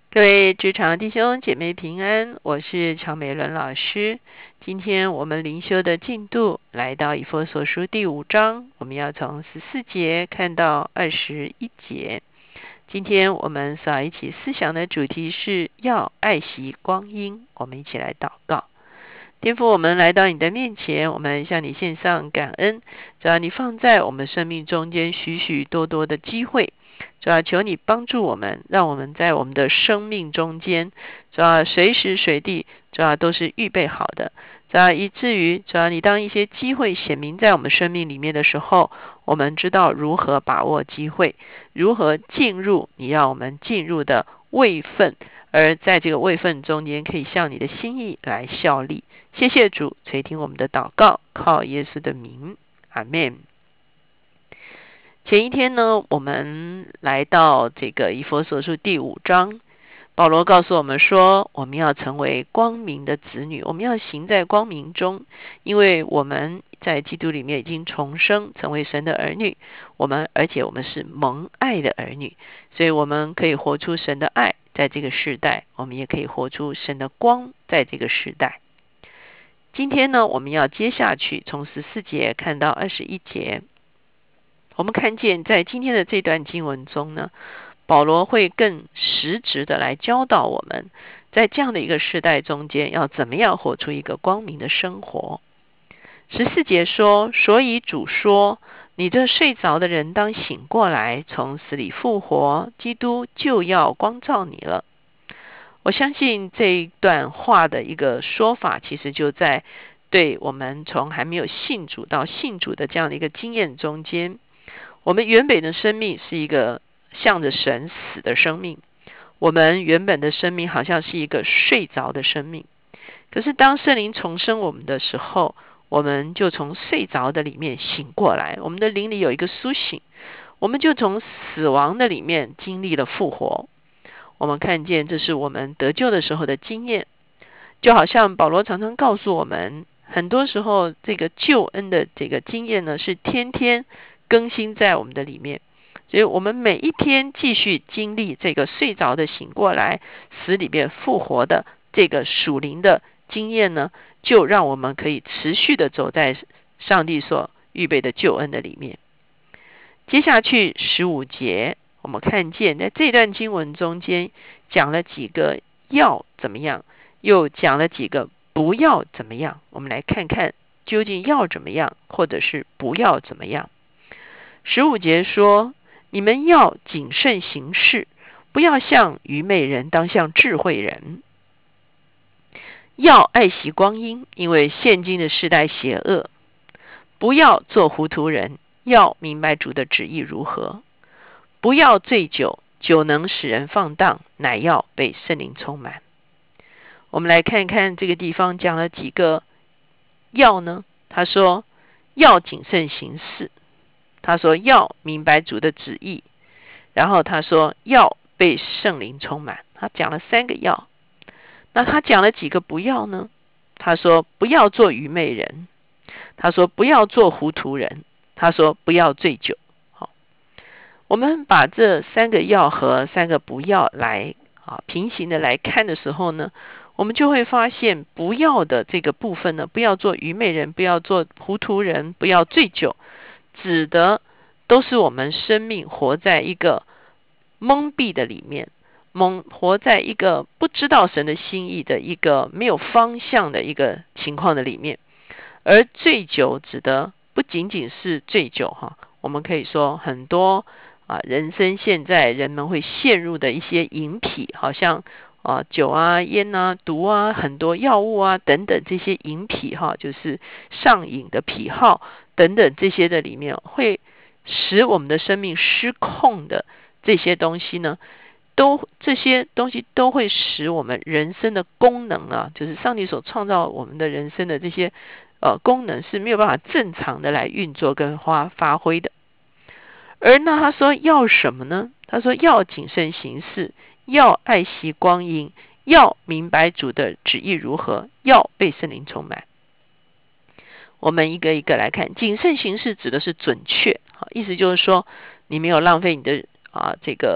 各位职场弟兄姐妹平安，我是乔美伦老师。今天我们灵修的进度来到以弗所书第5章，我们要从14节看到21节。今天我们所要一起思想的主题是要爱惜光阴。我们一起来祷告。天父，我们来到你的面前，我们向你献上感恩。只要你放在我们生命中间许许多多的机会，主要求你帮助我们，让我们在我们的生命中间，主要随时随地，主要都是预备好的。主要以至于，主要你当一些机会显明在我们生命里面的时候，我们知道如何把握机会，如何进入你让我们进入的位分，而在这个位分中间，可以向你的心意来效力。谢谢主垂听我们的祷告，靠耶稣的名，阿们。前一天呢，我们来到这个以弗所书第5章，保罗告诉我们说，我们要成为光明的子女，我们要行在光明中，因为我们在基督里面已经重生，成为神的儿女，而且我们是蒙爱的儿女，所以我们可以活出神的爱，在这个世代，我们也可以活出神的光，在这个世代。今天呢，我们要接下去从14节看到21节。我们看见在今天的这段经文中呢，保罗会更实质的来教导我们，在这样的一个世代中间，要怎么样活出一个光明的生活。14节说，所以主说，你这睡着的人当醒过来，从死里复活，基督就要光照你了。我相信这一段话的一个说法，其实就在对我们从还没有信主到信主的这样的一个经验中间，我们原本的生命是一个向着神死的生命，我们原本的生命好像是一个睡着的生命，可是当圣灵重生我们的时候，我们就从睡着的里面醒过来，我们的灵里有一个苏醒，我们就从死亡的里面经历了复活。我们看见这是我们得救的时候的经验，就好像保罗常常告诉我们，很多时候这个救恩的这个经验呢，是天天更新在我们的里面，所以我们每一天继续经历这个睡着的醒过来，死里边复活的这个属灵的经验呢，就让我们可以持续的走在上帝所预备的救恩的里面。接下去15节，我们看见在这段经文中间讲了几个要怎么样，又讲了几个不要怎么样。我们来看看究竟要怎么样，或者是不要怎么样。15节说，你们要谨慎行事，不要像愚昧人，当像智慧人。要爱惜光阴，因为现今的世代邪恶。不要做糊涂人，要明白主的旨意如何。不要醉酒，酒能使人放荡，乃要被圣灵充满。我们来看看这个地方讲了几个要呢？他说要谨慎行事，他说要明白主的旨意，然后他说要被圣灵充满。他讲了3个要。那他讲了几个不要呢？他说不要做愚昧人，他说不要做糊涂人，他说不要醉酒。好，我们把这3个要和3个不要来平行的来看的时候呢，我们就会发现不要的这个部分呢，不要做愚昧人，不要做糊涂人，不要醉酒，指的都是我们生命活在一个蒙蔽的里面，活在一个不知道神的心意的一个没有方向的一个情况的里面。而醉酒指的不仅仅是醉酒我们可以说很多人生现在人们会陷入的一些瘾癖，好像酒啊、烟啊、毒啊、很多药物啊等等这些瘾癖就是上瘾的癖好等等这些的里面，会使我们的生命失控的这些东西呢，这些东西都会使我们人生的功能就是上帝所创造我们的人生的这些功能是没有办法正常的来运作跟发挥的。而那他说要什么呢？他说要谨慎行事，要爱惜光阴，要明白主的旨意如何，要被圣灵充满。我们一个一个来看。谨慎行事指的是准确，意思就是说你没有浪费你的这个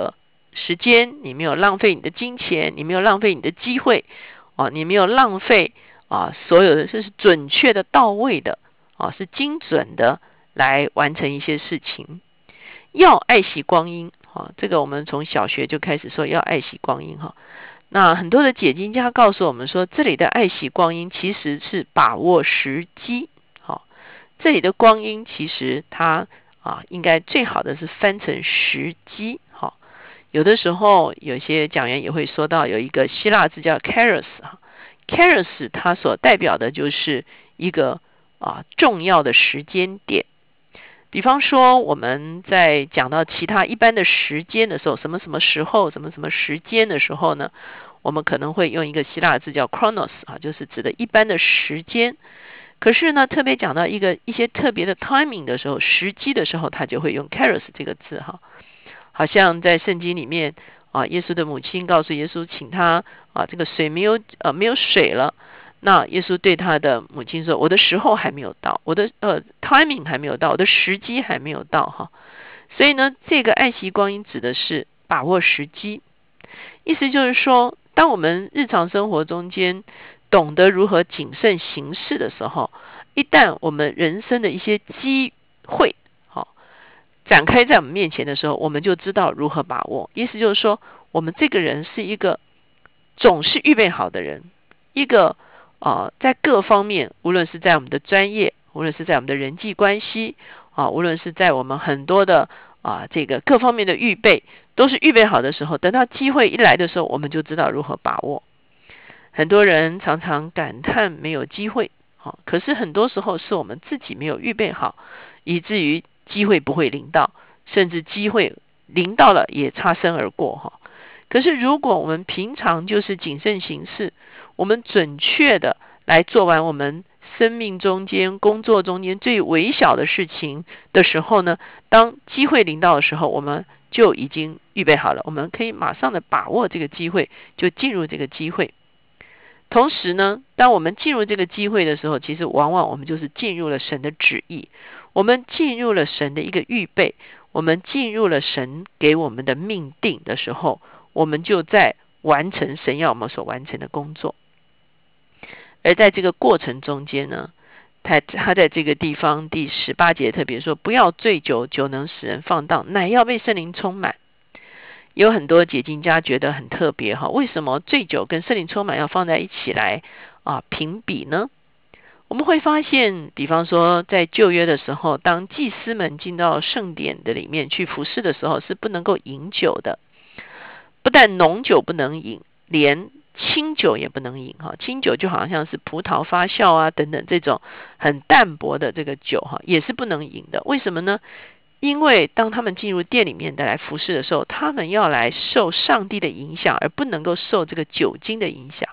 时间，你没有浪费你的金钱，你没有浪费你的机会，你没有浪费所有的，这是准确的、到位的，是精准的来完成一些事情。要爱惜光阴，这个我们从小学就开始说要爱惜光阴哈。那很多的解经家告诉我们说，这里的爱惜光阴其实是把握时机。这里的光阴其实它应该最好的是翻成时机。有的时候有些讲员也会说到有一个希腊字叫 kairos，kairos 它所代表的就是一个重要的时间点。比方说我们在讲到其他一般的时间的时候，什么什么时候什么什么时间的时候呢，我们可能会用一个希腊字叫 chronos，就是指的一般的时间。可是呢，特别讲到一些特别的 timing 的时候，时机的时候，他就会用 kairos 这个字哈。好像在圣经里面耶稣的母亲告诉耶稣，请他这个水没有水了。那耶稣对他的母亲说，我的时候还没有到，我的timing 还没有到，我的时机还没有到哈。所以呢，这个爱惜光阴指的是把握时机，意思就是说，当我们日常生活中间懂得如何谨慎行事的时候，一旦我们人生的一些机会展开在我们面前的时候，我们就知道如何把握。意思就是说，我们这个人是一个总是预备好的人，一个在各方面，无论是在我们的专业，无论是在我们的人际关系无论是在我们很多的这个各方面的预备，都是预备好的时候，等到机会一来的时候，我们就知道如何把握。很多人常常感叹没有机会可是很多时候是我们自己没有预备好，以至于机会不会临到，甚至机会临到了也擦身而过可是如果我们平常就是谨慎行事，我们准确的来做完我们生命中间、工作中间最微小的事情的时候呢，当机会临到的时候，我们就已经预备好了，我们可以马上的把握这个机会，就进入这个机会。同时呢，当我们进入这个机会的时候，其实往往我们就是进入了神的旨意，我们进入了神的一个预备，我们进入了神给我们的命定的时候，我们就在完成神要我们所完成的工作。而在这个过程中间呢，他在这个地方第18节特别说，不要醉酒，酒能使人放荡，乃要被圣灵充满。有很多解经家觉得很特别为什么醉酒跟圣灵充满要放在一起来评比呢？我们会发现，比方说在旧约的时候，当祭司们进到圣殿的里面去服侍的时候，是不能够饮酒的，不但浓酒不能饮，连清酒也不能饮清酒就好像是葡萄发酵等等这种很淡薄的这个酒也是不能饮的。为什么呢？因为当他们进入殿里面的来服侍的时候，他们要来受上帝的影响，而不能够受这个酒精的影响。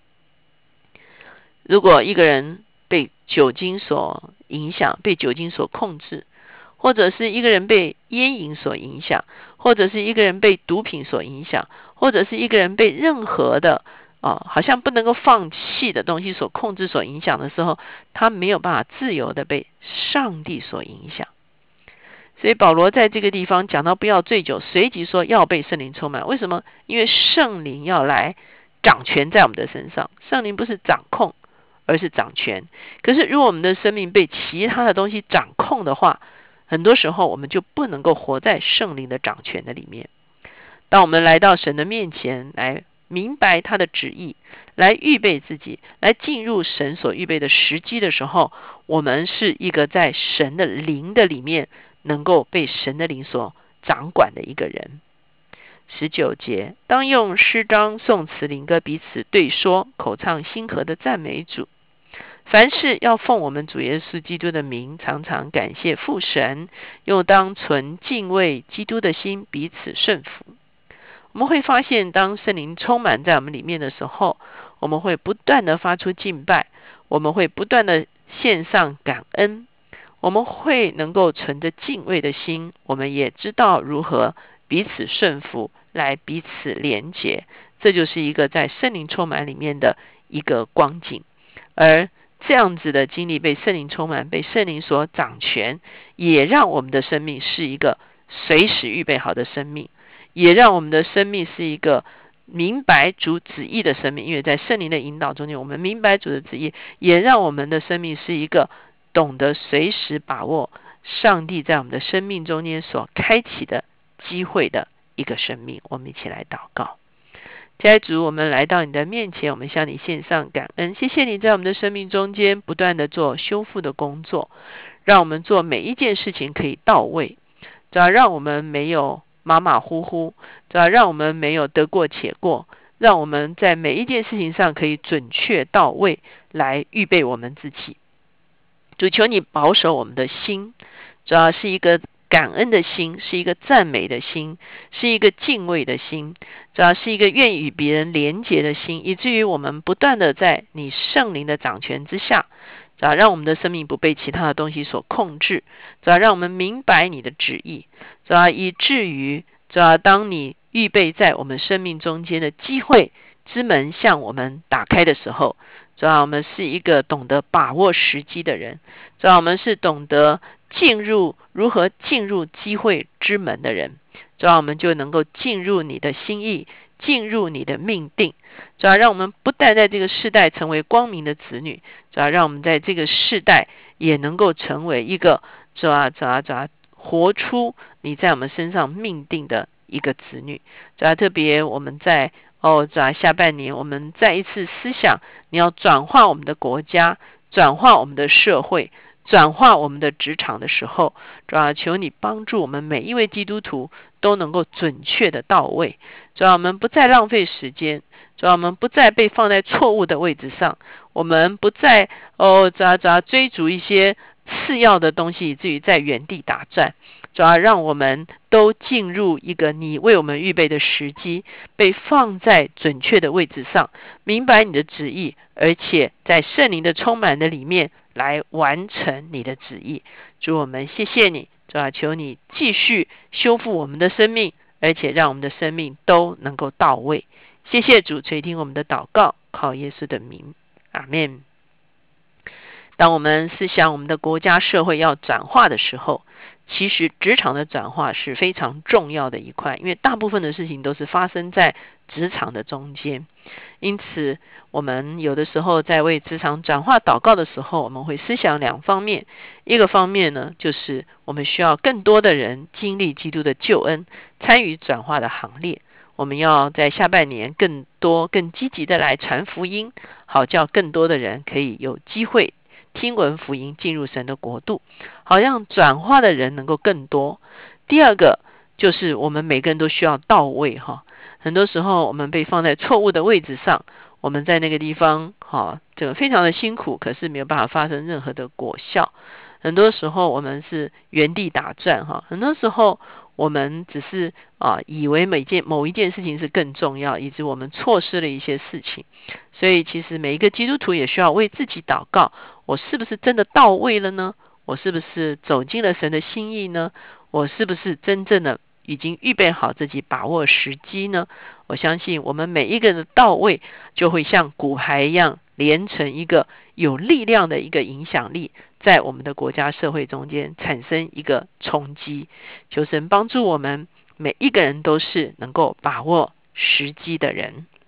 如果一个人被酒精所影响，被酒精所控制，或者是一个人被烟瘾所影响，或者是一个人被毒品所影响，或者是一个人被任何的好像不能够放弃的东西所控制所影响的时候，他没有办法自由的被上帝所影响。所以保罗在这个地方讲到不要醉酒，随即说要被圣灵充满。为什么？因为圣灵要来掌权在我们的身上。圣灵不是掌控，而是掌权。可是如果我们的生命被其他的东西掌控的话，很多时候我们就不能够活在圣灵的掌权的里面。当我们来到神的面前，来明白他的旨意，来预备自己，来进入神所预备的时机的时候，我们是一个在神的灵的里面能够被神的灵所掌管的一个人。19节，当用诗章、颂词、灵歌彼此对说，口唱心和的赞美主。凡事要奉我们主耶稣基督的名，常常感谢父神，又当存敬畏基督的心，彼此顺服。我们会发现，当圣灵充满在我们里面的时候，我们会不断的发出敬拜，我们会不断的献上感恩，我们会能够存着敬畏的心，我们也知道如何彼此顺服，来彼此连结。这就是一个在圣灵充满里面的一个光景。而这样子的经历，被圣灵充满，被圣灵所掌权，也让我们的生命是一个随时预备好的生命。 也让我们的生命是一个明白主旨意的生命，因为在圣灵的引导中间，我们明白主的旨意，也让我们的生命是一个懂得随时把握上帝在我们的生命中间所开启的机会的一个生命。我们一起来祷告。天父主，我们来到你的面前，我们向你献上感恩，谢谢你在我们的生命中间不断的做修复的工作，让我们做每一件事情可以到位，主要让我们没有马马虎虎，主要让我们没有得过且过，让我们在每一件事情上可以准确到位，来预备我们自己。主，求你保守我们的心，主要是一个感恩的心，是一个赞美的心，是一个敬畏的心，主要是一个愿意与别人连结的心，以至于我们不断的在你圣灵的掌权之下，主要让我们的生命不被其他的东西所控制，主要让我们明白你的旨意，主要以至于主要当你预备在我们生命中间的机会之门向我们打开的时候，主要我们是一个懂得把握时机的人，主要我们是懂得如何进入机会之门的人，主要我们就能够进入你的心意，进入你的命定，主要让我们不但在这个世代成为光明的子女，主要让我们在这个世代也能够成为一个主要活出你在我们身上命定的一个子女。主要特别我们在下半年我们再一次思想，你要转化我们的国家，转化我们的社会，转化我们的职场的时候，主要求你帮助我们每一位基督徒都能够准确的到位，主要我们不再浪费时间，主要我们不再被放在错误的位置上，我们不再追逐一些次要的东西，以至于在原地打转，主要让我们都进入一个你为我们预备的时机，被放在准确的位置上，明白你的旨意，而且在圣灵的充满的里面来完成你的旨意。主，我们谢谢你，主要求你继续修复我们的生命，而且让我们的生命都能够到位。谢谢主垂听我们的祷告，靠耶稣的名，阿们。当我们思想我们的国家社会要转化的时候，其实职场的转化是非常重要的一块，因为大部分的事情都是发生在职场的中间。因此我们有的时候在为职场转化祷告的时候，我们会思想两方面。一个方面呢，就是我们需要更多的人经历基督的救恩，参与转化的行列。我们要在下半年更多更积极的来传福音，好叫更多的人可以有机会听闻福音，进入神的国度，好让转化的人能够更多。第二个就是我们每个人都需要到位很多时候我们被放在错误的位置上，我们在那个地方这个非常的辛苦，可是没有办法发生任何的果效。很多时候我们是原地打转很多时候我们只是以为某一件事情是更重要，以致我们错失了一些事情。所以其实每一个基督徒也需要为自己祷告，我是不是真的到位了呢？我是不是走进了神的心意呢？我是不是真正的已经预备好自己把握时机呢？我相信我们每一个人的到位，就会像骨牌一样连成一个有力量的一个影响力，在我们的国家社会中间产生一个冲击。求神帮助我们每一个人都是能够把握时机的人。